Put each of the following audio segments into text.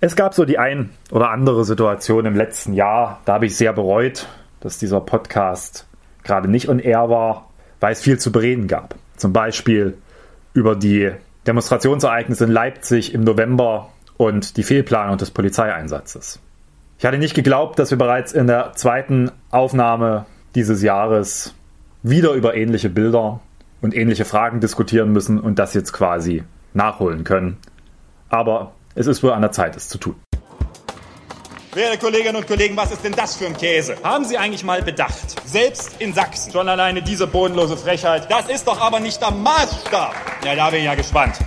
Es gab so die ein oder andere Situation im letzten Jahr, da habe ich sehr bereut, dass dieser Podcast gerade nicht on air war, weil es viel zu bereden gab. Zum Beispiel über die Demonstrationsereignisse in Leipzig im November und die Fehlplanung des Polizeieinsatzes. Ich hatte nicht geglaubt, dass wir bereits in der zweiten Aufnahme dieses Jahres wieder über ähnliche Bilder und ähnliche Fragen diskutieren müssen und das jetzt quasi nachholen können. Aber es ist wohl an der Zeit, es zu tun. Werte Kolleginnen und Kollegen, was ist denn das für ein Käse? Haben Sie eigentlich mal bedacht, selbst in Sachsen, schon alleine diese bodenlose Frechheit, das ist doch aber nicht der Maßstab. Ja, da bin ich ja gespannt.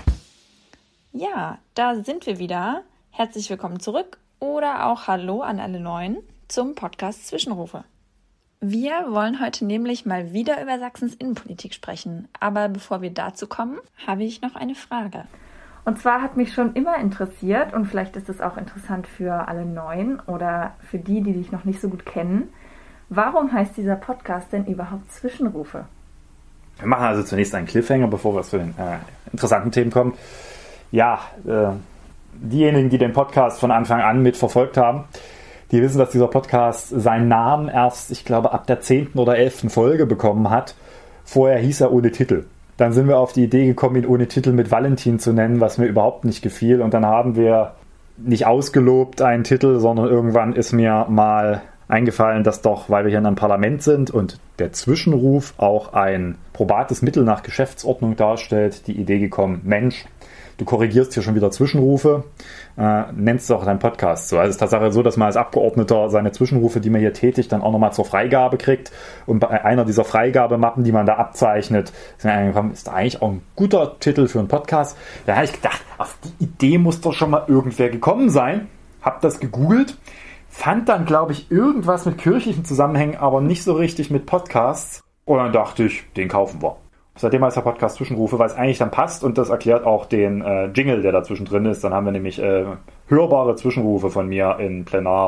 Ja, da sind wir wieder. Herzlich willkommen zurück oder auch Hallo an alle Neuen zum Podcast Zwischenrufe. Wir wollen heute nämlich mal wieder über Sachsens Innenpolitik sprechen. Aber bevor wir dazu kommen, habe ich noch eine Frage. Und zwar hat mich schon immer interessiert, und vielleicht ist es auch interessant für alle Neuen oder für die, die dich noch nicht so gut kennen, warum heißt dieser Podcast denn überhaupt Zwischenrufe? Wir machen also zunächst einen Cliffhanger, bevor wir zu den interessanten Themen kommen. Ja, diejenigen, die den Podcast von Anfang an mitverfolgt haben, die wissen, dass dieser Podcast seinen Namen erst, ich glaube, ab der 10. oder 11. Folge bekommen hat. Vorher hieß er ohne Titel. Dann sind wir auf die Idee gekommen, ihn ohne Titel mit Valentin zu nennen, was mir überhaupt nicht gefiel. Und dann haben wir nicht ausgelobt einen Titel, sondern irgendwann ist mir mal eingefallen, dass doch, weil wir hier in einem Parlament sind und der Zwischenruf auch ein probates Mittel nach Geschäftsordnung darstellt, die Idee gekommen, Mensch, du korrigierst hier schon wieder Zwischenrufe, nennst du auch deinen Podcast so. Also es ist Tatsache so, dass man als Abgeordneter seine Zwischenrufe, die man hier tätigt, dann auch nochmal zur Freigabe kriegt. Und bei einer dieser Freigabemappen, die man da abzeichnet, ist mir eingekommen, ist da eigentlich auch ein guter Titel für einen Podcast. Da habe ich gedacht, auf die Idee muss doch schon mal irgendwer gekommen sein. Hab das gegoogelt, fand dann, glaube ich, irgendwas mit kirchlichen Zusammenhängen, aber nicht so richtig mit Podcasts. Und dann dachte ich, den kaufen wir. Seitdem heißt der Podcast Zwischenrufe, weil es eigentlich dann passt und das erklärt auch den Jingle, der dazwischen drin ist. Dann haben wir nämlich hörbare Zwischenrufe von mir in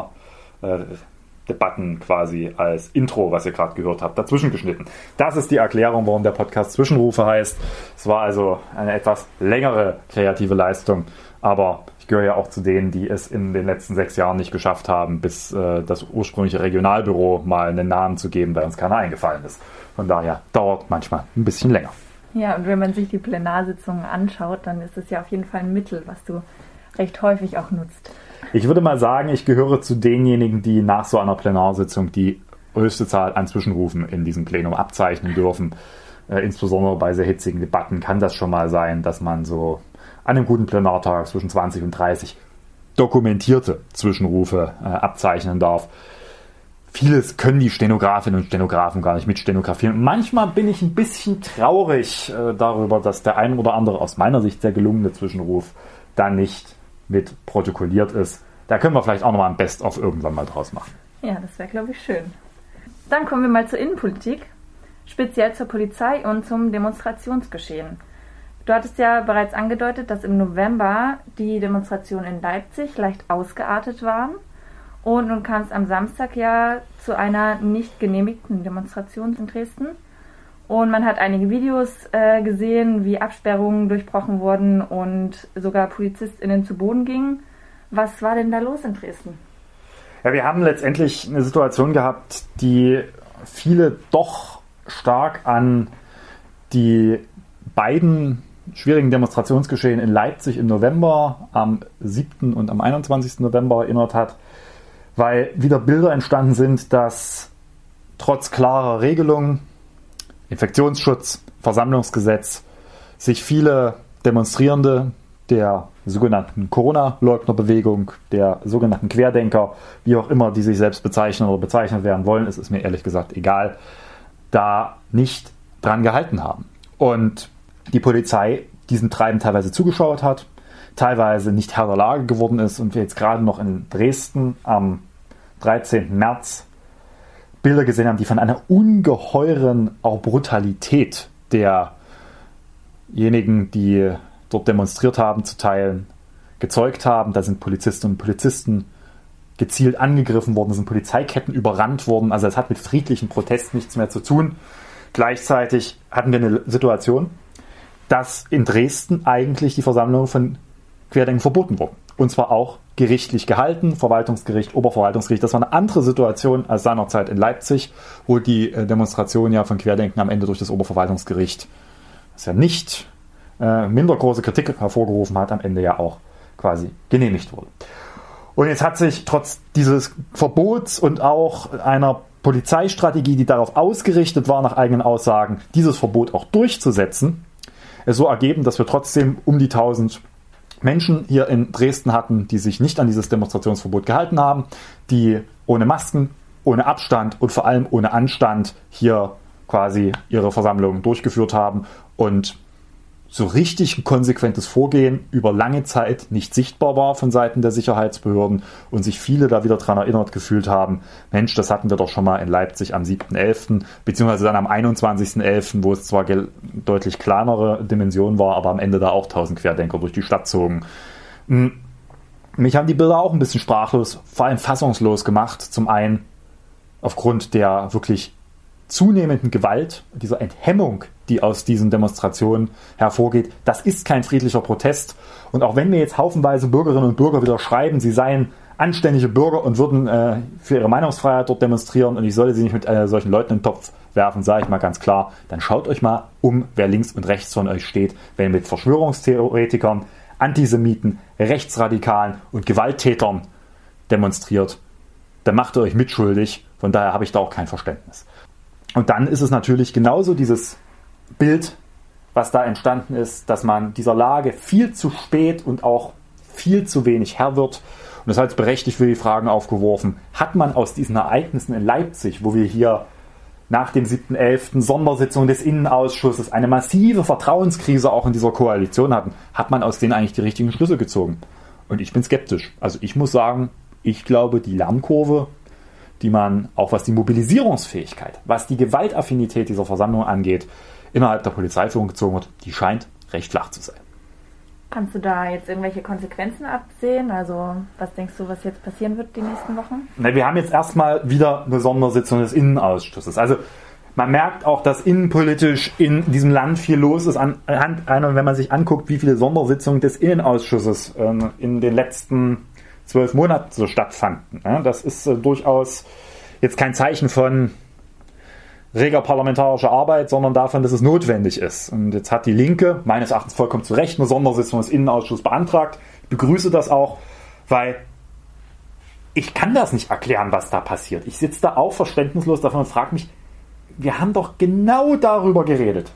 Plenardebatten quasi als Intro, was ihr gerade gehört habt, dazwischen geschnitten. Das ist die Erklärung, warum der Podcast Zwischenrufe heißt. Es war also eine etwas längere kreative Leistung, aber ich gehöre ja auch zu denen, die es in den letzten 6 Jahren nicht geschafft haben, bis das ursprüngliche Regionalbüro mal einen Namen zu geben, weil uns keiner eingefallen ist. Von daher dauert manchmal ein bisschen länger. Ja, und wenn man sich die Plenarsitzungen anschaut, dann ist es ja auf jeden Fall ein Mittel, was du recht häufig auch nutzt. Ich würde mal sagen, ich gehöre zu denjenigen, die nach so einer Plenarsitzung die höchste Zahl an Zwischenrufen in diesem Plenum abzeichnen dürfen. Insbesondere bei sehr hitzigen Debatten kann das schon mal sein, dass man so an einem guten Plenartag zwischen 20 und 30 dokumentierte Zwischenrufe abzeichnen darf. Vieles können die Stenografinnen und Stenografen gar nicht mitstenografieren. Manchmal bin ich ein bisschen traurig darüber, dass der ein oder andere aus meiner Sicht sehr gelungene Zwischenruf da nicht mit protokolliert ist. Da können wir vielleicht auch nochmal ein Best-of irgendwann mal draus machen. Ja, das wäre, glaube ich, schön. Dann kommen wir mal zur Innenpolitik, speziell zur Polizei und zum Demonstrationsgeschehen. Du hattest ja bereits angedeutet, dass im November die Demonstrationen in Leipzig leicht ausgeartet waren. Und nun kam es am Samstag ja zu einer nicht genehmigten Demonstration in Dresden. Und man hat einige Videos gesehen, wie Absperrungen durchbrochen wurden und sogar PolizistInnen zu Boden gingen. Was war denn da los in Dresden? Ja, wir haben letztendlich eine Situation gehabt, die viele doch stark an die beiden schwierigen Demonstrationsgeschehen in Leipzig im November, am 7. und am 21. November erinnert hat, weil wieder Bilder entstanden sind, dass trotz klarer Regelungen, Infektionsschutz, Versammlungsgesetz, sich viele Demonstrierende der sogenannten Corona-Leugner-Bewegung, der sogenannten Querdenker, wie auch immer die sich selbst bezeichnen oder bezeichnet werden wollen, es ist mir ehrlich gesagt egal, da nicht dran gehalten haben. Und die Polizei diesem Treiben teilweise zugeschaut hat, teilweise nicht Herr der Lage geworden ist und wir jetzt gerade noch in Dresden am 13. März Bilder gesehen haben, die von einer ungeheuren auch Brutalität derjenigen, die dort demonstriert haben, zu teilen, gezeugt haben. Da sind Polizistinnen und Polizisten gezielt angegriffen worden, sind Polizeiketten überrannt worden. Also es hat mit friedlichen Protest nichts mehr zu tun. Gleichzeitig hatten wir eine Situation, dass in Dresden eigentlich die Versammlungen von Querdenken verboten wurden. und zwar auch gerichtlich gehalten, Verwaltungsgericht, Oberverwaltungsgericht. Das war eine andere Situation als seinerzeit in Leipzig, wo die Demonstration ja von Querdenken am Ende durch das Oberverwaltungsgericht, das ja nicht minder große Kritik hervorgerufen hat, am Ende ja auch quasi genehmigt wurde. Und jetzt hat sich trotz dieses Verbots und auch einer Polizeistrategie, die darauf ausgerichtet war, nach eigenen Aussagen, dieses Verbot auch durchzusetzen, es so ergeben, dass wir trotzdem um die 1000 Menschen hier in Dresden hatten, die sich nicht an dieses Demonstrationsverbot gehalten haben, die ohne Masken, ohne Abstand und vor allem ohne Anstand hier quasi ihre Versammlungen durchgeführt haben und so richtig ein konsequentes Vorgehen über lange Zeit nicht sichtbar war von Seiten der Sicherheitsbehörden und sich viele da wieder daran erinnert gefühlt haben, Mensch, das hatten wir doch schon mal in Leipzig am 7.11., beziehungsweise dann am 21.11., wo es zwar deutlich kleinere Dimension war, aber am Ende da auch 1000 Querdenker durch die Stadt zogen. Mich haben die Bilder auch ein bisschen sprachlos, vor allem fassungslos gemacht. Zum einen aufgrund der wirklich zunehmenden Gewalt, dieser Enthemmung, die aus diesen Demonstrationen hervorgeht. Das ist kein friedlicher Protest. Und auch wenn mir jetzt haufenweise Bürgerinnen und Bürger wieder schreiben, sie seien anständige Bürger und würden für ihre Meinungsfreiheit dort demonstrieren und ich solle sie nicht mit solchen Leuten in den Topf werfen, sage ich mal ganz klar, dann schaut euch mal um, wer links und rechts von euch steht, wenn mit Verschwörungstheoretikern, Antisemiten, Rechtsradikalen und Gewalttätern demonstriert, dann macht ihr euch mitschuldig. Von daher habe ich da auch kein Verständnis. Und dann ist es natürlich genauso dieses Bild, was da entstanden ist, dass man dieser Lage viel zu spät und auch viel zu wenig Herr wird. Und das hat berechtigt für die Fragen aufgeworfen, hat man aus diesen Ereignissen in Leipzig, wo wir hier nach dem 7.11. Sondersitzung des Innenausschusses eine massive Vertrauenskrise auch in dieser Koalition hatten, hat man aus denen eigentlich die richtigen Schlüsse gezogen? Und ich bin skeptisch. Also ich muss sagen, ich glaube, die Lernkurve, die man, auch was die Mobilisierungsfähigkeit, was die Gewaltaffinität dieser Versammlung angeht, innerhalb der Polizeiführung gezogen wird, die scheint recht flach zu sein. Kannst du da jetzt irgendwelche Konsequenzen absehen? Also was denkst du, was jetzt passieren wird die nächsten Wochen? Na, wir haben jetzt erstmal wieder eine Sondersitzung des Innenausschusses. Also man merkt auch, dass innenpolitisch in diesem Land viel los ist. Wenn man sich anguckt, wie viele Sondersitzungen des Innenausschusses in den letzten 12 Monaten so stattfanden. Das ist durchaus jetzt kein Zeichen von reger parlamentarischer Arbeit, sondern davon, dass es notwendig ist. Und jetzt hat die Linke, meines Erachtens vollkommen zu Recht, eine Sondersitzung des Innenausschusses beantragt. Ich begrüße das auch, weil ich kann das nicht erklären, was da passiert. Ich sitze da auch verständnislos davon und frage mich, wir haben doch genau darüber geredet.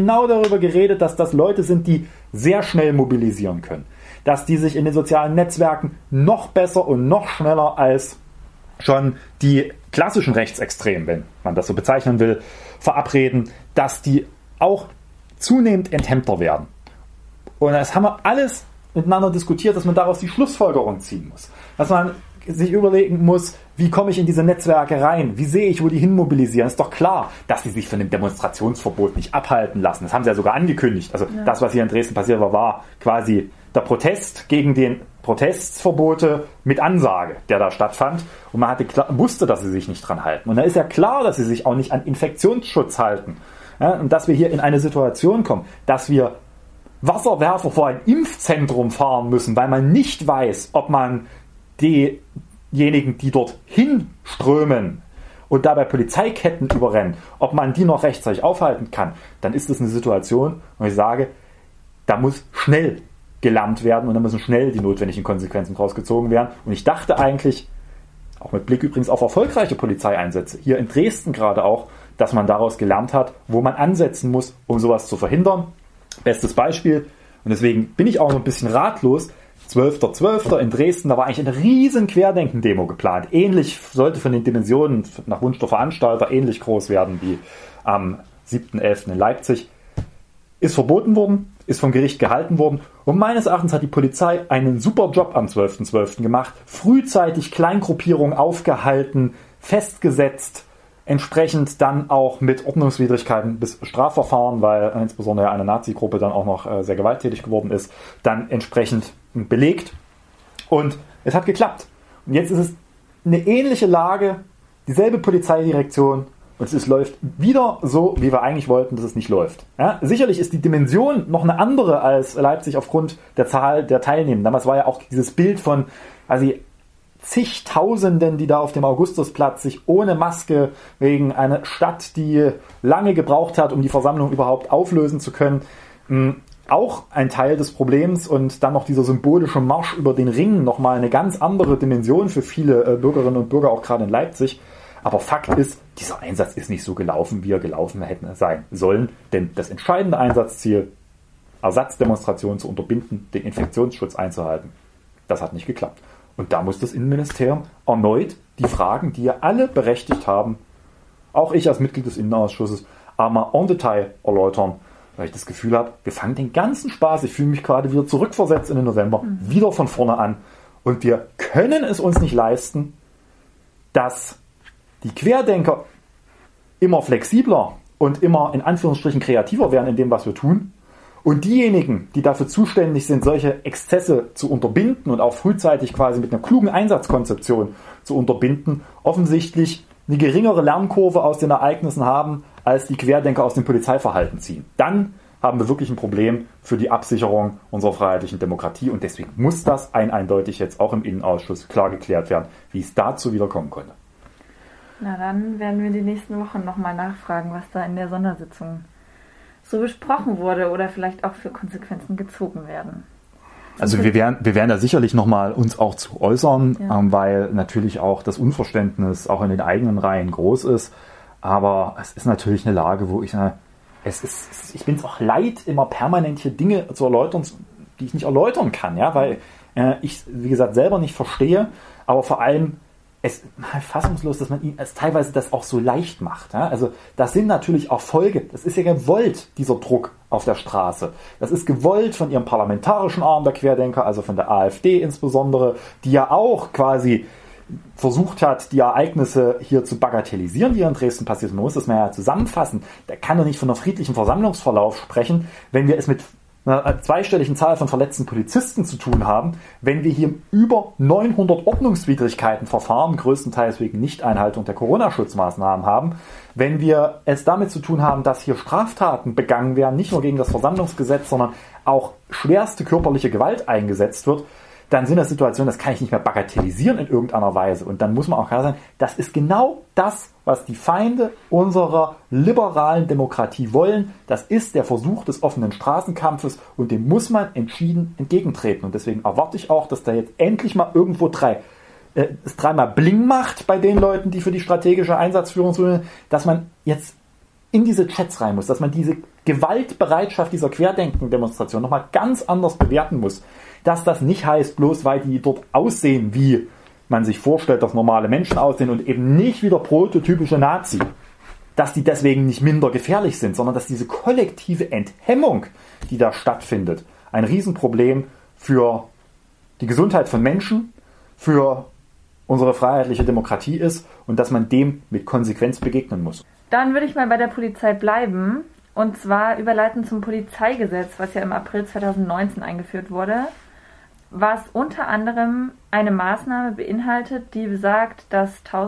Dass das Leute sind, die sehr schnell mobilisieren können. Dass die sich in den sozialen Netzwerken noch besser und noch schneller als schon die klassischen Rechtsextremen, wenn man das so bezeichnen will, verabreden, dass die auch zunehmend enthemmter werden. Und das haben wir alles miteinander diskutiert, dass man daraus die Schlussfolgerung ziehen muss. Dass man sich überlegen muss, wie komme ich in diese Netzwerke rein? Wie sehe ich, wo die hinmobilisieren? Ist doch klar, dass sie sich von dem Demonstrationsverbot nicht abhalten lassen. Das haben sie ja sogar angekündigt. Also das, was hier in Dresden passiert war, war quasi der Protest gegen den Protestverbote mit Ansage, der da stattfand. Und man wusste, dass sie sich nicht dran halten. Und da ist ja klar, dass sie sich auch nicht an Infektionsschutz halten. Ja, und dass wir hier in eine Situation kommen, dass wir Wasserwerfer vor ein Impfzentrum fahren müssen, weil man nicht weiß, ob man diejenigen, die dort hinströmen und dabei Polizeiketten überrennen, ob man die noch rechtzeitig aufhalten kann, dann ist das eine Situation, wo ich sage, da muss schnell gelernt werden und da müssen schnell die notwendigen Konsequenzen rausgezogen werden. Und ich dachte eigentlich, auch mit Blick übrigens auf erfolgreiche Polizeieinsätze, hier in Dresden gerade auch, dass man daraus gelernt hat, wo man ansetzen muss, um sowas zu verhindern. Bestes Beispiel, und deswegen bin ich auch noch ein bisschen ratlos, 12.12. in Dresden, da war eigentlich eine riesen Querdenken-Demo geplant. Ähnlich, sollte von den Dimensionen nach Wunsch der Veranstalter ähnlich groß werden wie am 7.11. in Leipzig. Ist verboten worden, ist vom Gericht gehalten worden und meines Erachtens hat die Polizei einen super Job am 12.12. gemacht, frühzeitig Kleingruppierungen aufgehalten, festgesetzt, entsprechend dann auch mit Ordnungswidrigkeiten bis Strafverfahren, weil insbesondere eine Nazi-Gruppe dann auch noch sehr gewalttätig geworden ist, dann entsprechend belegt und es hat geklappt. Und jetzt ist es eine ähnliche Lage, dieselbe Polizeidirektion und es läuft wieder so, wie wir eigentlich wollten, dass es nicht läuft. Ja, sicherlich ist die Dimension noch eine andere als Leipzig aufgrund der Zahl der Teilnehmenden. Damals war ja auch dieses Bild von zigtausenden, die da auf dem Augustusplatz sich ohne Maske wegen einer Stadt, die lange gebraucht hat, um die Versammlung überhaupt auflösen zu können, auch ein Teil des Problems, und dann noch dieser symbolische Marsch über den Ring, nochmal eine ganz andere Dimension für viele Bürgerinnen und Bürger, auch gerade in Leipzig. Aber Fakt ist, dieser Einsatz ist nicht so gelaufen, wie er gelaufen hätte sein sollen, denn das entscheidende Einsatzziel, Ersatzdemonstrationen zu unterbinden, den Infektionsschutz einzuhalten, das hat nicht geklappt. Und da muss das Innenministerium erneut die Fragen, die ja alle berechtigt haben, auch ich als Mitglied des Innenausschusses, einmal en Detail erläutern, weil ich das Gefühl habe, wir fangen den ganzen Spaß, ich fühle mich gerade wieder zurückversetzt in den November, wieder von vorne an. Und wir können es uns nicht leisten, dass die Querdenker immer flexibler und immer in Anführungsstrichen kreativer werden in dem, was wir tun. Und diejenigen, die dafür zuständig sind, solche Exzesse zu unterbinden und auch frühzeitig quasi mit einer klugen Einsatzkonzeption zu unterbinden, offensichtlich eine geringere Lernkurve aus den Ereignissen haben, als die Querdenker aus dem Polizeiverhalten ziehen. Dann haben wir wirklich ein Problem für die Absicherung unserer freiheitlichen Demokratie, und deswegen muss das eindeutig jetzt auch im Innenausschuss klar geklärt werden, wie es dazu wieder kommen konnte. Na, dann werden wir die nächsten Wochen nochmal nachfragen, was da in der Sondersitzung so besprochen wurde oder vielleicht auch für Konsequenzen gezogen werden. Also wir werden da sicherlich nochmal uns auch zu äußern, weil natürlich auch das Unverständnis auch in den eigenen Reihen groß ist. Aber es ist natürlich eine Lage, wo ich bin es auch leid, immer permanent hier Dinge zu erläutern, die ich nicht erläutern kann, ja, weil ich, wie gesagt, selber nicht verstehe, aber vor allem es fassungslos, dass man es teilweise das auch so leicht macht. Ja? Also das sind natürlich auch Folge. Das ist ja gewollt, dieser Druck auf der Straße. Das ist gewollt von ihrem parlamentarischen Arm der Querdenker, also von der AfD insbesondere, die ja auch quasi versucht hat, die Ereignisse hier zu bagatellisieren, die hier in Dresden passiert sind. Man muss das mal ja zusammenfassen. Der kann doch nicht von einer friedlichen Versammlungsverlauf sprechen, wenn wir es mit einer zweistelligen Zahl von verletzten Polizisten zu tun haben, wenn wir hier über 900 Ordnungswidrigkeitenverfahren, größtenteils wegen Nichteinhaltung der Corona-Schutzmaßnahmen haben, wenn wir es damit zu tun haben, dass hier Straftaten begangen werden, nicht nur gegen das Versammlungsgesetz, sondern auch schwerste körperliche Gewalt eingesetzt wird, dann sind das Situationen, das kann ich nicht mehr bagatellisieren in irgendeiner Weise. Und dann muss man auch klar sein, das ist genau das, was die Feinde unserer liberalen Demokratie wollen. Das ist der Versuch des offenen Straßenkampfes, und dem muss man entschieden entgegentreten. Und deswegen erwarte ich auch, dass da jetzt endlich mal irgendwo es dreimal Bling macht bei den Leuten, die für die strategische Einsatzführung sind, dass man jetzt in diese Chats rein muss, dass man diese Gewaltbereitschaft dieser Querdenken-Demonstration nochmal ganz anders bewerten muss. Dass das nicht heißt, bloß weil die dort aussehen, wie man sich vorstellt, dass normale Menschen aussehen und eben nicht wie der prototypische Nazi, dass die deswegen nicht minder gefährlich sind, sondern dass diese kollektive Enthemmung, die da stattfindet, ein Riesenproblem für die Gesundheit von Menschen, für unsere freiheitliche Demokratie ist und dass man dem mit Konsequenz begegnen muss. Dann würde ich mal bei der Polizei bleiben, und zwar überleiten zum Polizeigesetz, was ja im April 2019 eingeführt wurde, was unter anderem eine Maßnahme beinhaltet, die besagt, dass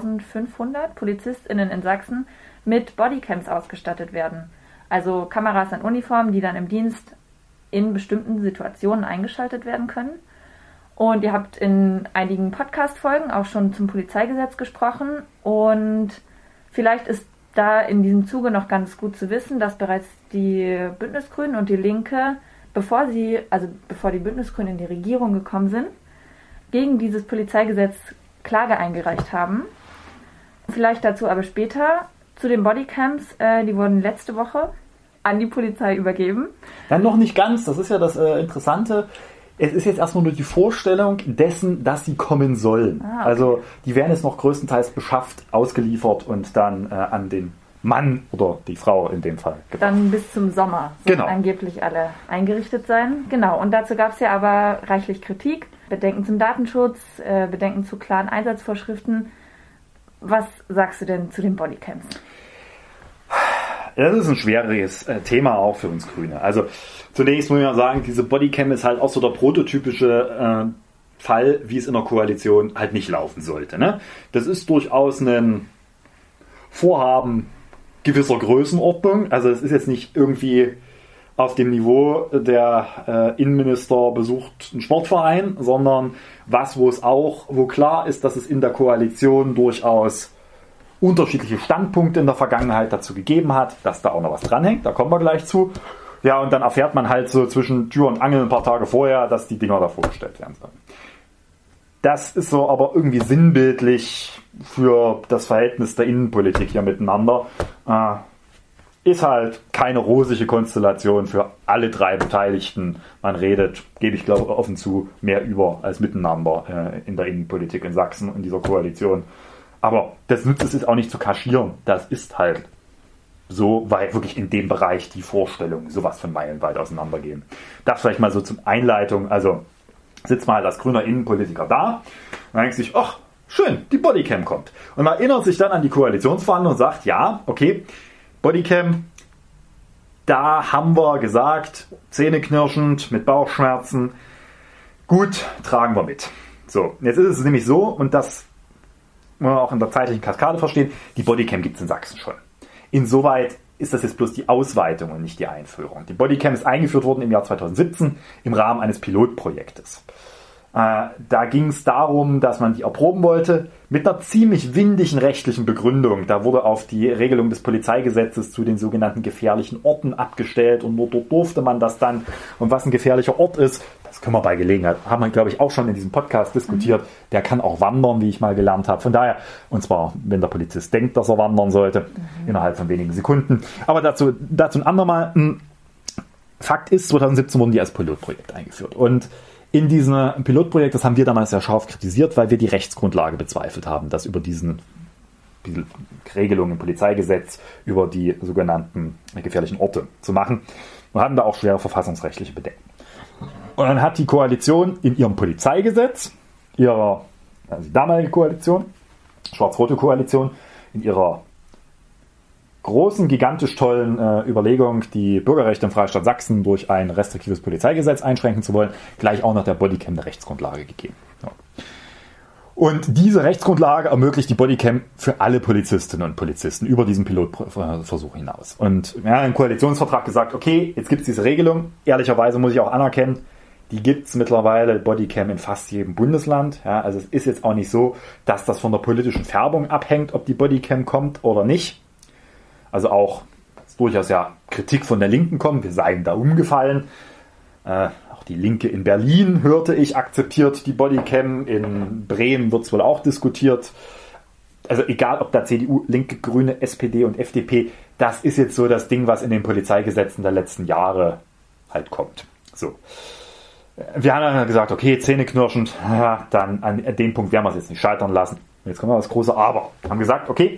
1500 PolizistInnen in Sachsen mit Bodycams ausgestattet werden. Also Kameras an Uniformen, die dann im Dienst in bestimmten Situationen eingeschaltet werden können. Und ihr habt in einigen Podcast-Folgen auch schon zum Polizeigesetz gesprochen, und vielleicht ist da in diesem Zuge noch ganz gut zu wissen, dass bereits die Bündnisgrünen und die Linke, bevor die Bündnisgrünen in die Regierung gekommen sind, gegen dieses Polizeigesetz Klage eingereicht haben. Vielleicht dazu aber später. Zu den Bodycams, die wurden letzte Woche an die Polizei übergeben. Dann noch nicht ganz, das ist ja das Interessante. Es ist jetzt erstmal nur die Vorstellung dessen, dass sie kommen sollen. Okay. Also die werden jetzt noch größtenteils beschafft, ausgeliefert und dann an den Mann oder die Frau in dem Fall gebracht. Dann bis zum Sommer sollen angeblich alle eingerichtet sein. Genau, und dazu gab es ja aber reichlich Kritik. Bedenken zum Datenschutz, Bedenken zu klaren Einsatzvorschriften. Was sagst du denn zu den Bodycams? Das ist ein schwieriges Thema auch für uns Grüne. Also zunächst muss man sagen, diese Bodycam ist halt auch so der prototypische Fall, wie es in der Koalition halt nicht laufen sollte. Ne? Das ist durchaus ein Vorhaben gewisser Größenordnung. Also es ist jetzt nicht irgendwie auf dem Niveau, der Innenminister besucht einen Sportverein, sondern wo klar ist, dass es in der Koalition durchaus unterschiedliche Standpunkte in der Vergangenheit dazu gegeben hat, dass da auch noch was dranhängt, da kommen wir gleich zu. Ja, und dann erfährt man halt so zwischen Tür und Angel ein paar Tage vorher, dass die Dinger da vorgestellt werden sollen. Das ist so aber irgendwie sinnbildlich für das Verhältnis der Innenpolitik hier miteinander. Ist halt keine rosige Konstellation für alle drei Beteiligten. Man redet, gebe ich glaube offen zu, mehr über als miteinander in der Innenpolitik in Sachsen und dieser Koalition. Aber das nützt es jetzt auch nicht zu kaschieren. Das ist halt so, weil wirklich in dem Bereich die Vorstellungen sowas von meilenweit auseinandergehen. Das vielleicht mal so zum Einleitung. Also sitzt mal als grüner Innenpolitiker da und denkt sich, ach, schön, die Bodycam kommt. Und man erinnert sich dann an die Koalitionsverhandlungen und sagt, ja, okay, Bodycam, da haben wir gesagt, zähneknirschend, mit Bauchschmerzen, gut, tragen wir mit. So, jetzt ist es nämlich so, und das muss man auch in der zeitlichen Kaskade verstehen, die Bodycam gibt es in Sachsen schon. Insoweit ist das jetzt bloß die Ausweitung und nicht die Einführung. Die Bodycam ist eingeführt worden im Jahr 2017 im Rahmen eines Pilotprojektes. Da ging es darum, dass man die erproben wollte, mit einer ziemlich windigen rechtlichen Begründung. Da wurde auf die Regelung des Polizeigesetzes zu den sogenannten gefährlichen Orten abgestellt und nur dort durfte man das dann. Und was ein gefährlicher Ort ist, das können wir bei Gelegenheit, haben wir glaube ich auch schon in diesem Podcast diskutiert, der kann auch wandern, wie ich mal gelernt habe. Von daher, und zwar, wenn der Polizist denkt, dass er wandern sollte, innerhalb von wenigen Sekunden. Aber dazu ein andermal. Fakt ist, 2017 wurden die als Pilotprojekt eingeführt. Und in diesem Pilotprojekt, das haben wir damals sehr scharf kritisiert, weil wir die Rechtsgrundlage bezweifelt haben, dass über diese Regelung im Polizeigesetz über die sogenannten gefährlichen Orte zu machen. Wir hatten da auch schwere verfassungsrechtliche Bedenken. Und dann hat die Koalition in ihrem Polizeigesetz, die damalige Koalition, schwarz-rote Koalition, in ihrer großen, gigantisch tollen Überlegung, die Bürgerrechte im Freistaat Sachsen durch ein restriktives Polizeigesetz einschränken zu wollen, gleich auch noch der Bodycam eine Rechtsgrundlage gegeben. Ja. Und diese Rechtsgrundlage ermöglicht die Bodycam für alle Polizistinnen und Polizisten über diesen Pilotversuch hinaus. Und wir haben im Koalitionsvertrag gesagt, okay, jetzt gibt es diese Regelung. Ehrlicherweise muss ich auch anerkennen, die gibt es mittlerweile, Bodycam, in fast jedem Bundesland. Ja, also es ist jetzt auch nicht so, dass das von der politischen Färbung abhängt, ob die Bodycam kommt oder nicht. Also auch durchaus ja Kritik von der Linken kommt, wir seien da umgefallen. Auch die Linke in Berlin, hörte ich, akzeptiert die Bodycam. In Bremen wird es wohl auch diskutiert. Also egal, ob da CDU, Linke, Grüne, SPD und FDP, das ist jetzt so das Ding, was in den Polizeigesetzen der letzten Jahre halt kommt. So. Wir haben dann gesagt, okay, zähneknirschend, ja, dann an dem Punkt werden wir es jetzt nicht scheitern lassen. Und jetzt kommen wir das große Aber. Wir haben gesagt, okay,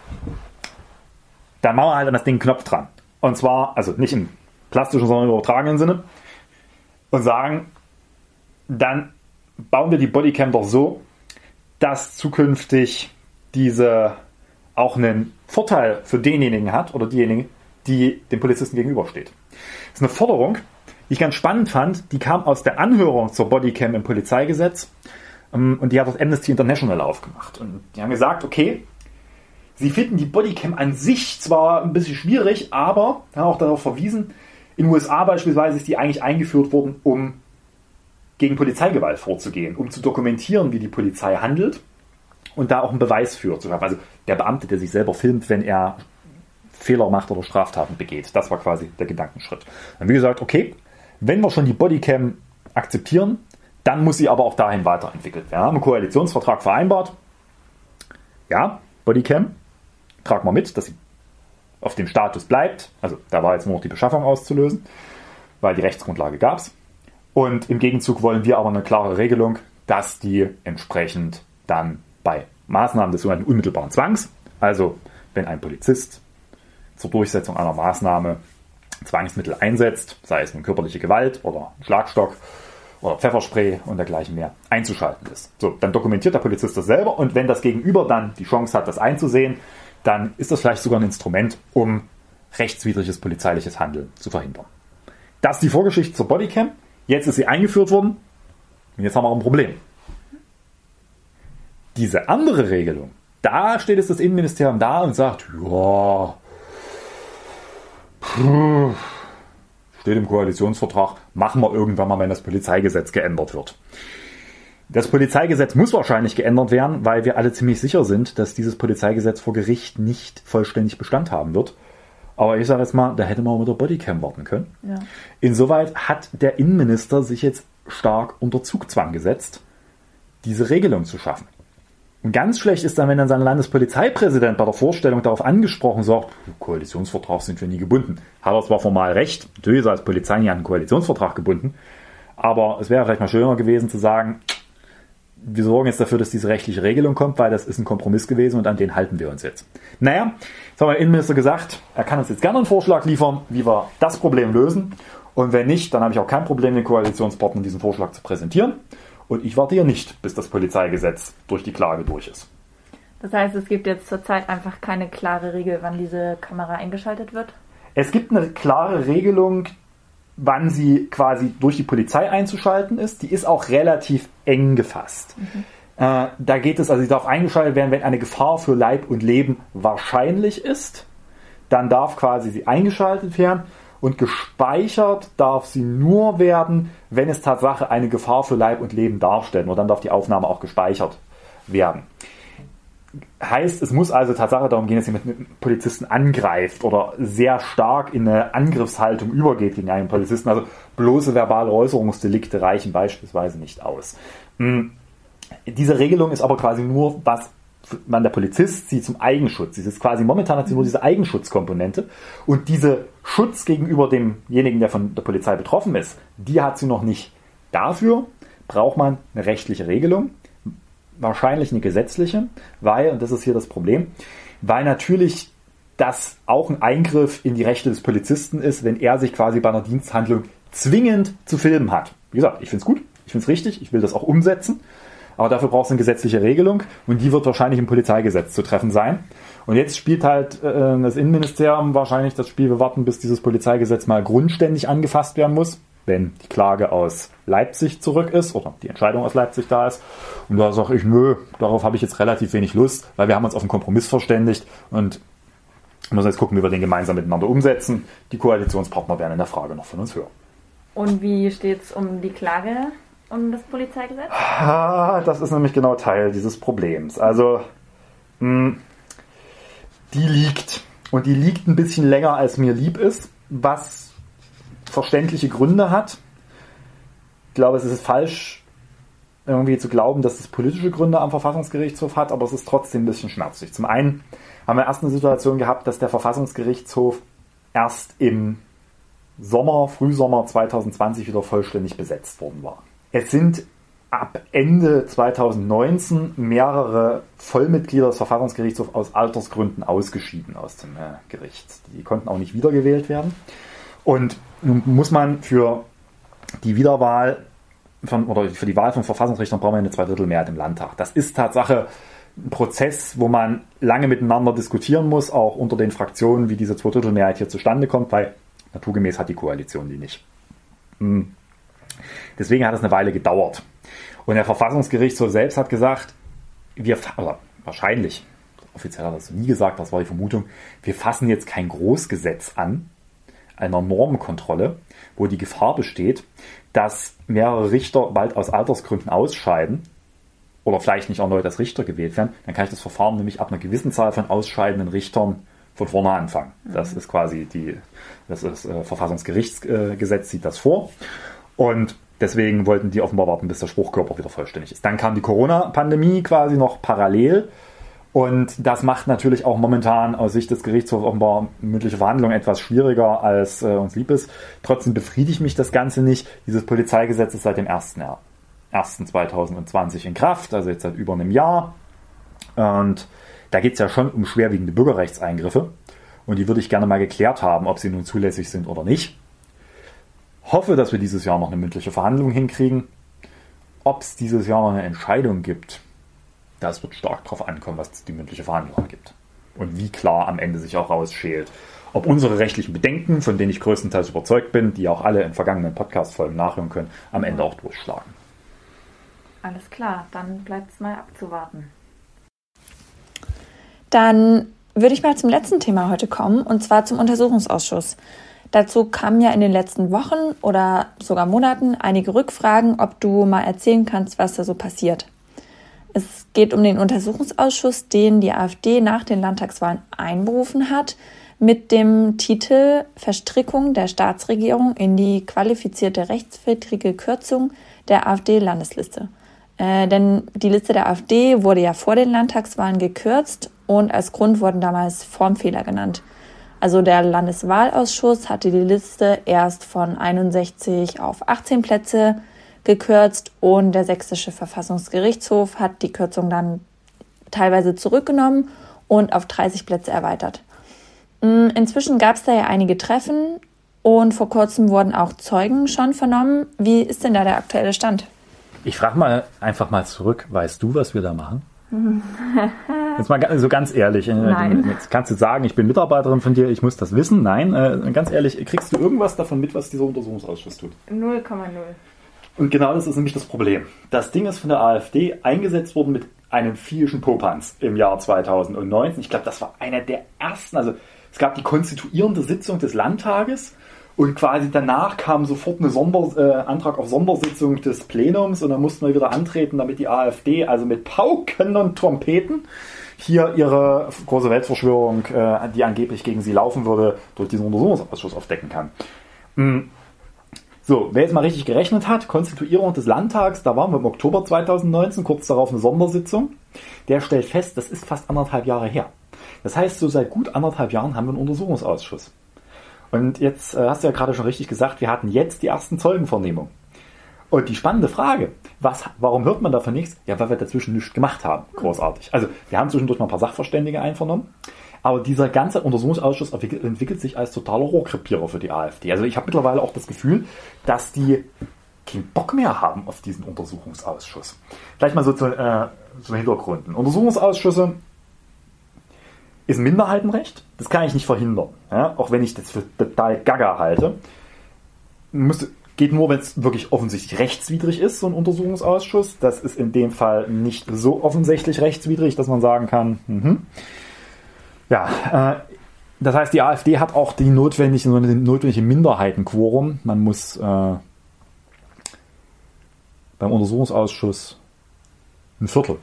dann machen wir halt an das Ding einen Knopf dran. Und zwar, also nicht im plastischen, sondern im übertragenen Sinne. Und sagen, dann bauen wir die Bodycam doch so, dass zukünftig diese auch einen Vorteil für denjenigen hat oder diejenigen, die dem Polizisten gegenübersteht. Das ist eine Forderung, die ich ganz spannend fand. Die kam aus der Anhörung zur Bodycam im Polizeigesetz und die hat das Amnesty International aufgemacht. Und die haben gesagt, okay, sie finden die Bodycam an sich zwar ein bisschen schwierig, aber haben auch darauf verwiesen, in den USA beispielsweise ist die eigentlich eingeführt worden, um gegen Polizeigewalt vorzugehen, um zu dokumentieren, wie die Polizei handelt und da auch einen Beweis für zu haben. Also der Beamte, der sich selber filmt, wenn er Fehler macht oder Straftaten begeht. Das war quasi der Gedankenschritt. Dann haben wir gesagt, okay, wenn wir schon die Bodycam akzeptieren, dann muss sie aber auch dahin weiterentwickelt werden. Wir haben einen Koalitionsvertrag vereinbart. Ja, Bodycam, tragen wir mit, dass sie auf dem Status bleibt. Also da war jetzt nur noch die Beschaffung auszulösen, weil die Rechtsgrundlage gab es. Und im Gegenzug wollen wir aber eine klare Regelung, dass die entsprechend dann bei Maßnahmen des sogenannten unmittelbaren Zwangs, also wenn ein Polizist zur Durchsetzung einer Maßnahme Zwangsmittel einsetzt, sei es nun körperliche Gewalt oder Schlagstock oder Pfefferspray und dergleichen mehr, einzuschalten ist. So, dann dokumentiert der Polizist das selber und wenn das Gegenüber dann die Chance hat, das einzusehen, dann ist das vielleicht sogar ein Instrument, um rechtswidriges polizeiliches Handeln zu verhindern. Das ist die Vorgeschichte zur Bodycam. Jetzt ist sie eingeführt worden und jetzt haben wir auch ein Problem. Diese andere Regelung, da steht jetzt das Innenministerium da und sagt, ja, steht im Koalitionsvertrag, machen wir irgendwann mal, wenn das Polizeigesetz geändert wird. Das Polizeigesetz muss wahrscheinlich geändert werden, weil wir alle ziemlich sicher sind, dass dieses Polizeigesetz vor Gericht nicht vollständig Bestand haben wird. Aber ich sage jetzt mal, da hätte man auch mit der Bodycam warten können. Ja. Insoweit hat der Innenminister sich jetzt stark unter Zugzwang gesetzt, diese Regelung zu schaffen. Und ganz schlecht ist dann, wenn dann sein Landespolizeipräsident bei der Vorstellung darauf angesprochen sagt, Koalitionsvertrag sind wir nie gebunden. Hat er zwar formal recht, natürlich ist er als Polizei nie an einen Koalitionsvertrag gebunden, aber es wäre vielleicht mal schöner gewesen zu sagen, wir sorgen jetzt dafür, dass diese rechtliche Regelung kommt, weil das ist ein Kompromiss gewesen und an den halten wir uns jetzt. Naja, jetzt haben wir der Innenminister gesagt, er kann uns jetzt gerne einen Vorschlag liefern, wie wir das Problem lösen. Und wenn nicht, dann habe ich auch kein Problem, den Koalitionspartnern diesen Vorschlag zu präsentieren. Und ich warte hier nicht, bis das Polizeigesetz durch die Klage durch ist. Das heißt, es gibt jetzt zurzeit einfach keine klare Regel, wann diese Kamera eingeschaltet wird? Es gibt eine klare Regelung, wann sie quasi durch die Polizei einzuschalten ist. Die ist auch relativ eng gefasst. Da geht es, also sie darf eingeschaltet werden, wenn eine Gefahr für Leib und Leben wahrscheinlich ist. Dann darf quasi sie eingeschaltet werden. Und gespeichert darf sie nur werden, wenn es Tatsache eine Gefahr für Leib und Leben darstellt. Nur dann darf die Aufnahme auch gespeichert werden. Heißt, es muss also Tatsache darum gehen, dass jemand einen Polizisten angreift oder sehr stark in eine Angriffshaltung übergeht gegen einen Polizisten. Also bloße verbale Äußerungsdelikte reichen beispielsweise nicht aus. Diese Regelung ist aber quasi nur, was man der Polizist sieht zum Eigenschutz. Sie ist quasi momentan hat sie nur diese Eigenschutzkomponente und diese Schutz gegenüber demjenigen, der von der Polizei betroffen ist, die hat sie noch nicht. Dafür braucht man eine rechtliche Regelung, wahrscheinlich eine gesetzliche, weil, und das ist hier das Problem, weil natürlich das auch ein Eingriff in die Rechte des Polizisten ist, wenn er sich quasi bei einer Diensthandlung zwingend zu filmen hat. Wie gesagt, ich finde es gut, ich finde es richtig, ich will das auch umsetzen. Aber dafür braucht es eine gesetzliche Regelung und die wird wahrscheinlich im Polizeigesetz zu treffen sein. Und jetzt spielt halt das Innenministerium wahrscheinlich das Spiel, wir warten, bis dieses Polizeigesetz mal grundständig angefasst werden muss, wenn die Klage aus Leipzig zurück ist oder die Entscheidung aus Leipzig da ist. Und da sage ich, nö, darauf habe ich jetzt relativ wenig Lust, weil wir haben uns auf einen Kompromiss verständigt und müssen jetzt gucken, wie wir den gemeinsam miteinander umsetzen. Die Koalitionspartner werden in der Frage noch von uns hören. Und wie steht es um die Klage? Um das Polizeigesetz? Das ist nämlich genau Teil dieses Problems. Also, die liegt. Und die liegt ein bisschen länger, als mir lieb ist, was verständliche Gründe hat. Ich glaube, es ist falsch, irgendwie zu glauben, dass es politische Gründe am Verfassungsgerichtshof hat, aber es ist trotzdem ein bisschen schmerzlich. Zum einen haben wir erst eine Situation gehabt, dass der Verfassungsgerichtshof erst im Frühsommer 2020 wieder vollständig besetzt worden war. Es sind ab Ende 2019 mehrere Vollmitglieder des Verfassungsgerichtshofs aus Altersgründen ausgeschieden aus dem Gericht. Die konnten auch nicht wiedergewählt werden. Und nun muss man für die Wiederwahl für die Wahl von Verfassungsrichtern brauchen wir eine Zweidrittelmehrheit im Landtag. Das ist Tatsache ein Prozess, wo man lange miteinander diskutieren muss, auch unter den Fraktionen, wie diese Zweidrittelmehrheit hier zustande kommt, weil naturgemäß hat die Koalition die nicht. Deswegen hat es eine Weile gedauert. Und der Verfassungsgerichtshof selbst hat gesagt, wahrscheinlich, offiziell hat er das nie gesagt, das war die Vermutung, wir fassen jetzt kein Großgesetz an, einer Normenkontrolle, wo die Gefahr besteht, dass mehrere Richter bald aus Altersgründen ausscheiden oder vielleicht nicht erneut als Richter gewählt werden. Dann kann ich das Verfahren nämlich ab einer gewissen Zahl von ausscheidenden Richtern von vorne anfangen. Das ist quasi das Verfassungsgerichtsgesetz sieht das vor. Und deswegen wollten die offenbar warten, bis der Spruchkörper wieder vollständig ist. Dann kam die Corona-Pandemie quasi noch parallel. Und das macht natürlich auch momentan aus Sicht des Gerichtshofs offenbar mündliche Verhandlungen etwas schwieriger, als uns lieb ist. Trotzdem befriedigt mich das Ganze nicht. Dieses Polizeigesetz ist seit dem 1.1.2020 in Kraft, also jetzt seit über einem Jahr. Und da geht es ja schon um schwerwiegende Bürgerrechtseingriffe. Und die würde ich gerne mal geklärt haben, ob sie nun zulässig sind oder nicht. Hoffe, dass wir dieses Jahr noch eine mündliche Verhandlung hinkriegen. Ob es dieses Jahr noch eine Entscheidung gibt, das wird stark darauf ankommen, was die mündliche Verhandlung gibt. Und wie klar am Ende sich auch rausschält, ob unsere rechtlichen Bedenken, von denen ich größtenteils überzeugt bin, die auch alle in vergangenen Podcast-Folgen nachhören können, am Ende auch durchschlagen. Alles klar, dann bleibt es mal abzuwarten. Dann würde ich mal zum letzten Thema heute kommen, und zwar zum Untersuchungsausschuss. Dazu kamen ja in den letzten Wochen oder sogar Monaten einige Rückfragen, ob du mal erzählen kannst, was da so passiert. Es geht um den Untersuchungsausschuss, den die AfD nach den Landtagswahlen einberufen hat, mit dem Titel Verstrickung der Staatsregierung in die qualifizierte rechtswidrige Kürzung der AfD-Landesliste. Denn die Liste der AfD wurde ja vor den Landtagswahlen gekürzt und als Grund wurden damals Formfehler genannt. Also der Landeswahlausschuss hatte die Liste erst von 61 auf 18 Plätze gekürzt und der Sächsische Verfassungsgerichtshof hat die Kürzung dann teilweise zurückgenommen und auf 30 Plätze erweitert. Inzwischen gab es da ja einige Treffen und vor kurzem wurden auch Zeugen schon vernommen. Wie ist denn da der aktuelle Stand? Ich frage einfach mal zurück, weißt du, was wir da machen? Jetzt mal so ganz ehrlich, Nein. Jetzt kannst du sagen, ich bin Mitarbeiterin von dir, ich muss das wissen. Nein, ganz ehrlich, kriegst du irgendwas davon mit, was dieser Untersuchungsausschuss tut? 0,0. Und genau das ist nämlich das Problem. Das Ding ist von der AfD eingesetzt worden mit einem viehischen Popanz im Jahr 2019. Ich glaube, das war einer der ersten, also es gab die konstituierende Sitzung des Landtages und quasi danach kam sofort ein Antrag auf Sondersitzung des Plenums und dann mussten wir wieder antreten, damit die AfD also mit Pauken und Trompeten hier ihre große Weltverschwörung, die angeblich gegen sie laufen würde, durch diesen Untersuchungsausschuss aufdecken kann. So, wer jetzt mal richtig gerechnet hat, Konstituierung des Landtags, da waren wir im Oktober 2019, kurz darauf eine Sondersitzung, der stellt fest, das ist fast 1,5 Jahre her. Das heißt, so seit gut 1,5 Jahren haben wir einen Untersuchungsausschuss. Und jetzt hast du ja gerade schon richtig gesagt, wir hatten jetzt die ersten Zeugenvernehmungen. Und die spannende Frage, warum hört man davon nichts? Ja, weil wir dazwischen nichts gemacht haben. Großartig. Also wir haben zwischendurch mal ein paar Sachverständige einvernommen. Aber dieser ganze Untersuchungsausschuss entwickelt sich als totaler Rohrkrepierer für die AfD. Also ich habe mittlerweile auch das Gefühl, dass die keinen Bock mehr haben auf diesen Untersuchungsausschuss. Vielleicht mal so zum Hintergrund. Untersuchungsausschüsse ist ein Minderheitenrecht. Das kann ich nicht verhindern. Ja? Auch wenn ich das für total gaga halte. Geht nur, wenn es wirklich offensichtlich rechtswidrig ist, so ein Untersuchungsausschuss. Das ist in dem Fall nicht so offensichtlich rechtswidrig, dass man sagen kann, Ja, das heißt, die AfD hat auch die notwendige Minderheitenquorum. Man muss beim Untersuchungsausschuss ein Fünftel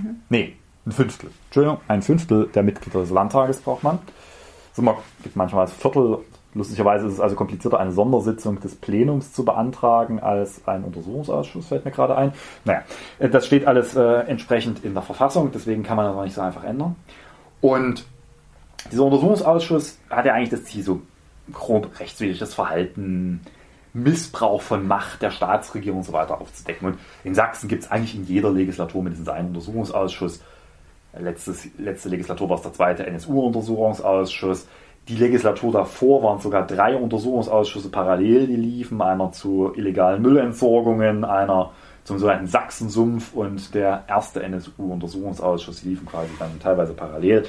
der Mitglieder des Landtages braucht man. Es gibt manchmal das Viertel. Lustigerweise ist es also komplizierter, eine Sondersitzung des Plenums zu beantragen, als ein Untersuchungsausschuss, fällt mir gerade ein. Naja, das steht alles entsprechend in der Verfassung, deswegen kann man das noch nicht so einfach ändern. Und dieser Untersuchungsausschuss hat ja eigentlich das Ziel, so grob rechtswidriges Verhalten, Missbrauch von Macht der Staatsregierung und so weiter aufzudecken. Und in Sachsen gibt es eigentlich in jeder Legislatur mindestens einen Untersuchungsausschuss. Letzte Legislatur war es der zweite NSU-Untersuchungsausschuss. Die Legislatur davor waren sogar 3 Untersuchungsausschüsse parallel, die liefen. Einer zu illegalen Müllentsorgungen, einer zum sogenannten Sachsensumpf und der erste NSU-Untersuchungsausschuss, die liefen quasi dann teilweise parallel.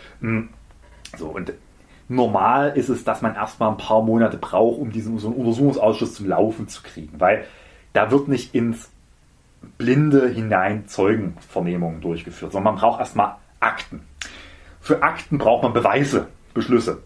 So, und normal ist es, dass man erstmal ein paar Monate braucht, um so einen Untersuchungsausschuss zum Laufen zu kriegen, weil da wird nicht ins Blinde hinein Zeugenvernehmungen durchgeführt, sondern man braucht erstmal Akten. Für Akten braucht man Beweisbeschlüsse.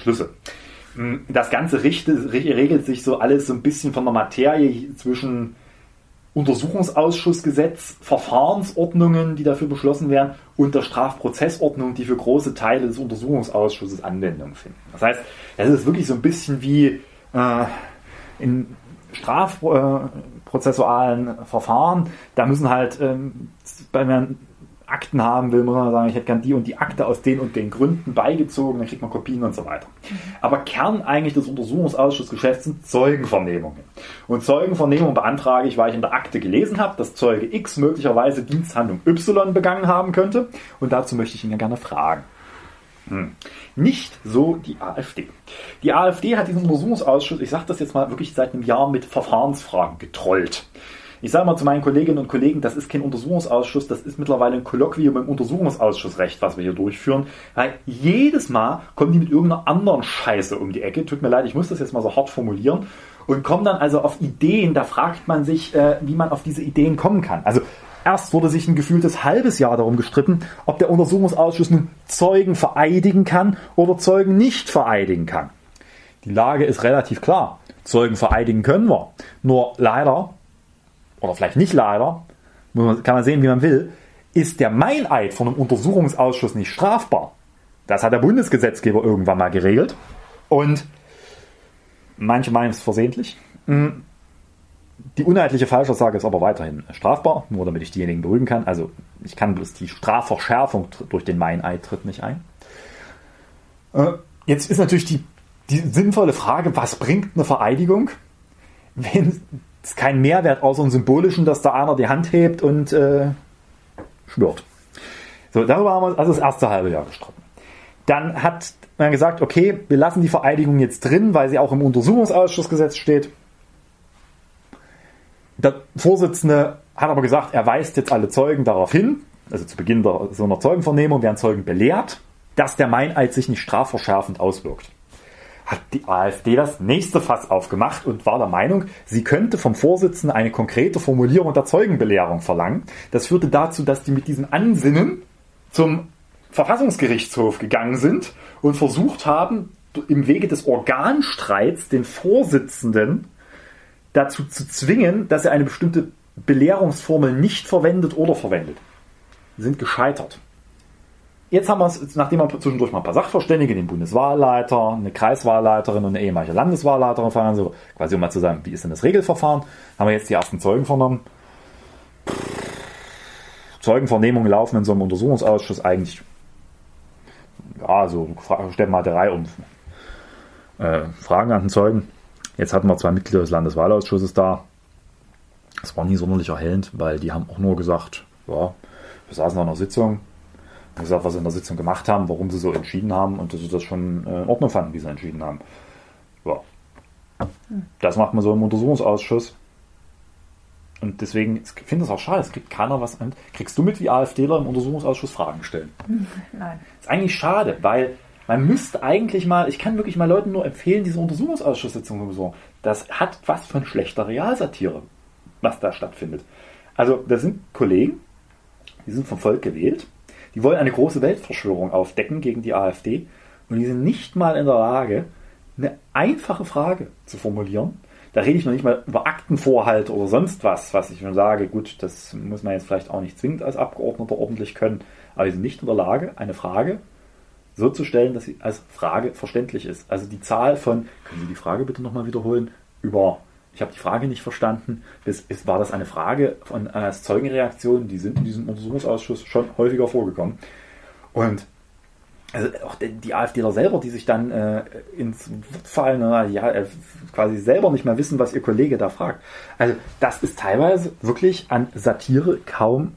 Das Ganze regelt sich so alles so ein bisschen von der Materie zwischen Untersuchungsausschussgesetz, Verfahrensordnungen, die dafür beschlossen werden, und der Strafprozessordnung, die für große Teile des Untersuchungsausschusses Anwendung finden. Das heißt, es ist wirklich so ein bisschen wie in strafprozessualen Verfahren. Da müssen halt, wenn man Akten haben will, muss man sagen, ich hätte gern die und die Akte aus den und den Gründen beigezogen, dann kriegt man Kopien und so weiter. Aber Kern eigentlich des Untersuchungsausschussgeschäfts sind Zeugenvernehmungen. Und Zeugenvernehmungen beantrage ich, weil ich in der Akte gelesen habe, dass Zeuge X möglicherweise Diensthandlung Y begangen haben könnte. Und dazu möchte ich ihn ja gerne fragen. Nicht so die AfD. Die AfD hat diesen Untersuchungsausschuss, ich sage das jetzt mal wirklich seit einem Jahr, mit Verfahrensfragen getrollt. Ich sage mal zu meinen Kolleginnen und Kollegen, das ist kein Untersuchungsausschuss, das ist mittlerweile ein Kolloquium im Untersuchungsausschussrecht, was wir hier durchführen. Weil jedes Mal kommen die mit irgendeiner anderen Scheiße um die Ecke. Tut mir leid, ich muss das jetzt mal so hart formulieren. Und kommen dann also auf Ideen, da fragt man sich, wie man auf diese Ideen kommen kann. Also Erst wurde sich ein gefühltes halbes Jahr darum gestritten, ob der Untersuchungsausschuss nun Zeugen vereidigen kann oder Zeugen nicht vereidigen kann. Die Lage ist relativ klar. Zeugen vereidigen können wir. Nur leider, oder vielleicht nicht leider, kann man sehen, wie man will, ist der Meineid von einem Untersuchungsausschuss nicht strafbar. Das hat der Bundesgesetzgeber irgendwann mal geregelt. Und manche meinen es versehentlich. Die uneidliche Falschaussage ist aber weiterhin strafbar, nur damit ich diejenigen beruhigen kann. Also ich kann bloß die Strafverschärfung durch den Meineid tritt nicht ein. Jetzt ist natürlich die sinnvolle Frage, was bringt eine Vereidigung, wenn es keinen Mehrwert außer einem symbolischen, dass da einer die Hand hebt und schwört. So, darüber haben wir uns also das erste halbe Jahr gestritten. Dann hat man gesagt, okay, wir lassen die Vereidigung jetzt drin, weil sie auch im Untersuchungsausschussgesetz steht. Der Vorsitzende hat aber gesagt, er weist jetzt alle Zeugen darauf hin, also zu Beginn so einer Zeugenvernehmung werden Zeugen belehrt, dass der Meineid sich nicht strafverschärfend auswirkt. Hat die AfD das nächste Fass aufgemacht und war der Meinung, sie könnte vom Vorsitzenden eine konkrete Formulierung der Zeugenbelehrung verlangen. Das führte dazu, dass die mit diesem Ansinnen zum Verfassungsgerichtshof gegangen sind und versucht haben, im Wege des Organstreits den Vorsitzenden dazu zu zwingen, dass er eine bestimmte Belehrungsformel nicht verwendet oder verwendet. Sie sind gescheitert. Jetzt haben wir es, nachdem wir zwischendurch mal ein paar Sachverständige, den Bundeswahlleiter, eine Kreiswahlleiterin und eine ehemalige Landeswahlleiterin verfahren, so quasi um mal zu sagen, wie ist denn das Regelverfahren, haben wir jetzt die ersten Zeugen vernommen. Zeugenvernehmungen laufen in so einem Untersuchungsausschuss eigentlich, ja, so stellen wir mal der Reihe um Fragen an den Zeugen. Jetzt hatten wir 2 Mitglieder des Landeswahlausschusses da. Das war nie sonderlich erhellend, weil die haben auch nur gesagt, ja, wir saßen in einer Sitzung, haben gesagt, was sie in der Sitzung gemacht haben, warum sie so entschieden haben und dass sie das schon in Ordnung fanden, wie sie entschieden haben. Ja. Das macht man so im Untersuchungsausschuss. Und deswegen, ich finde das auch schade, es kriegt keiner was an. Kriegst du mit, wie AfDler im Untersuchungsausschuss Fragen stellen? Nein. Das ist eigentlich schade, weil man müsste eigentlich mal, ich kann wirklich mal Leuten nur empfehlen, diese Untersuchungsausschusssitzung zu besuchen. Das hat was von schlechter Realsatire, was da stattfindet. Also, das sind Kollegen, die sind vom Volk gewählt, die wollen eine große Weltverschwörung aufdecken gegen die AfD und die sind nicht mal in der Lage, eine einfache Frage zu formulieren. Da rede ich noch nicht mal über Aktenvorhalt oder sonst was ich schon sage, gut, das muss man jetzt vielleicht auch nicht zwingend als Abgeordneter ordentlich können, aber die sind nicht in der Lage, eine Frage so zu stellen, dass sie als Frage verständlich ist. Also die Zahl von, können Sie die Frage bitte nochmal wiederholen, ich habe die Frage nicht verstanden, war das eine Frage als Zeugenreaktion, die sind in diesem Untersuchungsausschuss schon häufiger vorgekommen. Und also auch die AfDler selber, die sich dann ins Wort fallen, quasi selber nicht mehr wissen, was ihr Kollege da fragt. Also das ist teilweise wirklich an Satire kaum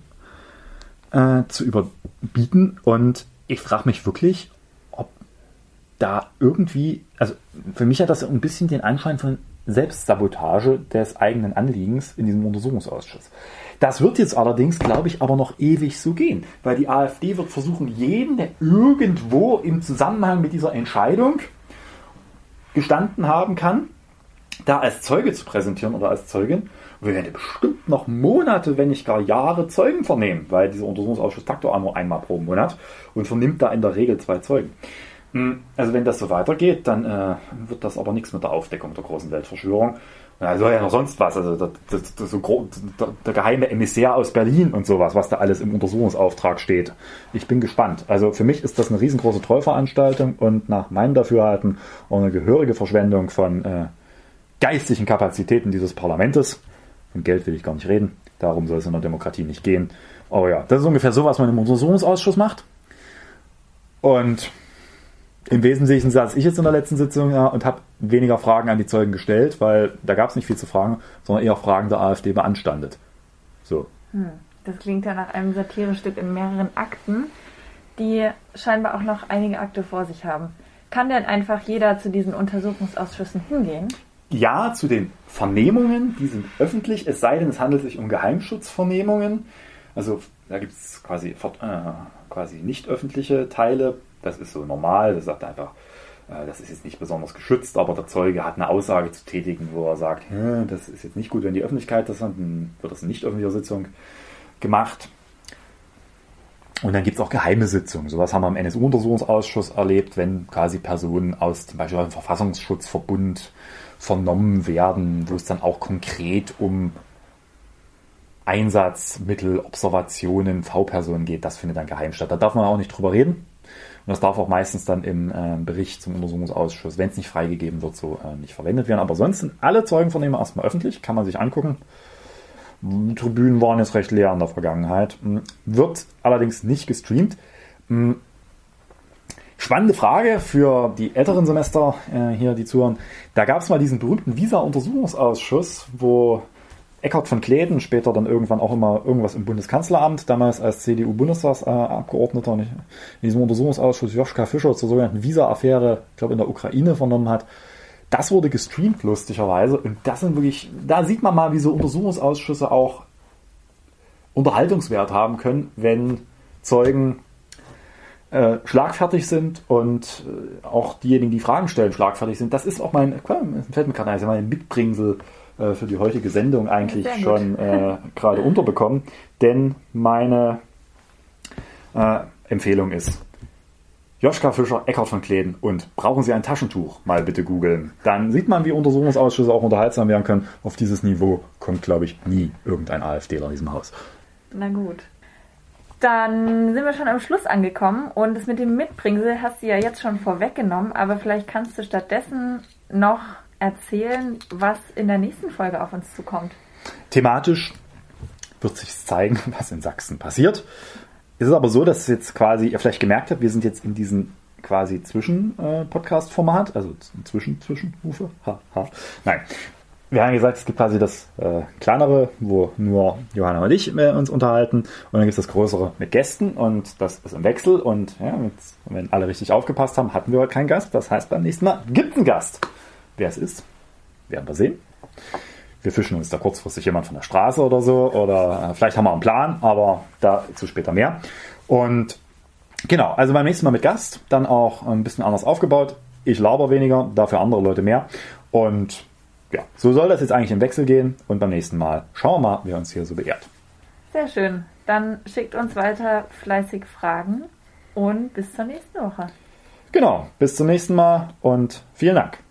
zu überbieten und ich frage mich wirklich, ob da irgendwie, also für mich hat das ein bisschen den Anschein von Selbstsabotage des eigenen Anliegens in diesem Untersuchungsausschuss. Das wird jetzt allerdings, glaube ich, aber noch ewig so gehen, weil die AfD wird versuchen, jeden, der irgendwo im Zusammenhang mit dieser Entscheidung gestanden haben kann, da als Zeuge zu präsentieren oder als Zeugin. Und wir werden bestimmt noch Monate, wenn nicht gar Jahre Zeugen vernehmen, weil dieser Untersuchungsausschuss tagt doch nur einmal pro Monat und vernimmt da in der Regel 2 Zeugen. Also wenn das so weitergeht, dann wird das aber nichts mit der Aufdeckung der großen Weltverschwörung. Da soll ja noch sonst was, also der geheime Emissär aus Berlin und sowas, was da alles im Untersuchungsauftrag steht. Ich bin gespannt. Also für mich ist das eine riesengroße Trollveranstaltung und nach meinem Dafürhalten auch eine gehörige Verschwendung von geistigen Kapazitäten dieses Parlamentes. Von Geld will ich gar nicht reden. Darum soll es in der Demokratie nicht gehen. Aber ja, das ist ungefähr so, was man im Untersuchungsausschuss macht. Und im Wesentlichen saß ich jetzt in der letzten Sitzung und habe weniger Fragen an die Zeugen gestellt, weil da gab es nicht viel zu fragen, sondern eher Fragen der AfD beanstandet. So. Das klingt ja nach einem Satirestück in mehreren Akten, die scheinbar auch noch einige Akte vor sich haben. Kann denn einfach jeder zu diesen Untersuchungsausschüssen hingehen? Ja, zu den Vernehmungen, die sind öffentlich, es sei denn, es handelt sich um Geheimschutzvernehmungen. Also da gibt es quasi nicht öffentliche Teile. Das ist so normal, das sagt einfach, das ist jetzt nicht besonders geschützt, aber der Zeuge hat eine Aussage zu tätigen, wo er sagt, das ist jetzt nicht gut, wenn die Öffentlichkeit das hat, dann wird das eine nicht öffentliche Sitzung. gemacht. Und dann gibt es auch geheime Sitzungen. Sowas haben wir im NSU-Untersuchungsausschuss erlebt, wenn quasi Personen aus zum Beispiel dem Verfassungsschutzverbund vernommen werden, wo es dann auch konkret um Einsatzmittel, Observationen, V-Personen geht. Das findet dann geheim statt. Da darf man auch nicht drüber reden. Und das darf auch meistens dann im Bericht zum Untersuchungsausschuss, wenn es nicht freigegeben wird, so nicht verwendet werden. Aber sonst sind alle Zeugenvernehmer erstmal öffentlich, kann man sich angucken. Die Tribünen waren jetzt recht leer in der Vergangenheit. Wird allerdings nicht gestreamt. Spannende Frage für die älteren Semester hier, die zuhören. Da gab es mal diesen berühmten Visa-Untersuchungsausschuss, wo Eckhard von Kleden, später dann irgendwann auch immer irgendwas im Bundeskanzleramt, damals als CDU-Bundestagsabgeordneter, in diesem Untersuchungsausschuss Joschka Fischer zur sogenannten Visa-Affäre, ich glaube in der Ukraine vernommen hat. Das wurde gestreamt, lustigerweise. Und das sind wirklich, da sieht man mal, wie so Untersuchungsausschüsse auch Unterhaltungswert haben können, wenn Zeugen schlagfertig sind und auch diejenigen, die Fragen stellen, schlagfertig sind. Das ist auch fällt mir gerade ein, mein Mitbringsel für die heutige Sendung eigentlich schon gerade unterbekommen. Denn meine Empfehlung ist, Joschka Fischer, Eckhard von Kleden und brauchen Sie ein Taschentuch? Mal bitte googeln. Dann sieht man, wie Untersuchungsausschüsse auch unterhaltsam werden können. Auf dieses Niveau kommt, glaube ich, nie irgendein AfDler in diesem Haus. Na gut. Dann sind wir schon am Schluss angekommen und das mit dem Mitbringsel hast du ja jetzt schon vorweggenommen, aber vielleicht kannst du stattdessen noch erzählen, was in der nächsten Folge auf uns zukommt. Thematisch wird sich zeigen, was in Sachsen passiert. Es ist aber so, dass jetzt quasi, ihr vielleicht gemerkt habt, wir sind jetzt in diesem quasi Zwischen-Podcast-Format, also Zwischenrufe. Nein. Wir haben gesagt, es gibt quasi das kleinere, wo nur Johanna und ich uns unterhalten. Und dann gibt es das größere mit Gästen und das ist im Wechsel. Und ja, jetzt, wenn alle richtig aufgepasst haben, hatten wir heute keinen Gast. Das heißt, beim nächsten Mal gibt es einen Gast. Wer es ist, werden wir sehen. Wir fischen uns da kurzfristig jemand von der Straße oder so. Oder vielleicht haben wir einen Plan, aber dazu später mehr. Und genau, also beim nächsten Mal mit Gast. Dann auch ein bisschen anders aufgebaut. Ich laber weniger, dafür andere Leute mehr. Und ja, so soll das jetzt eigentlich im Wechsel gehen. Und beim nächsten Mal schauen wir mal, wer uns hier so beehrt. Sehr schön. Dann schickt uns weiter fleißig Fragen und bis zur nächsten Woche. Genau, bis zum nächsten Mal und vielen Dank.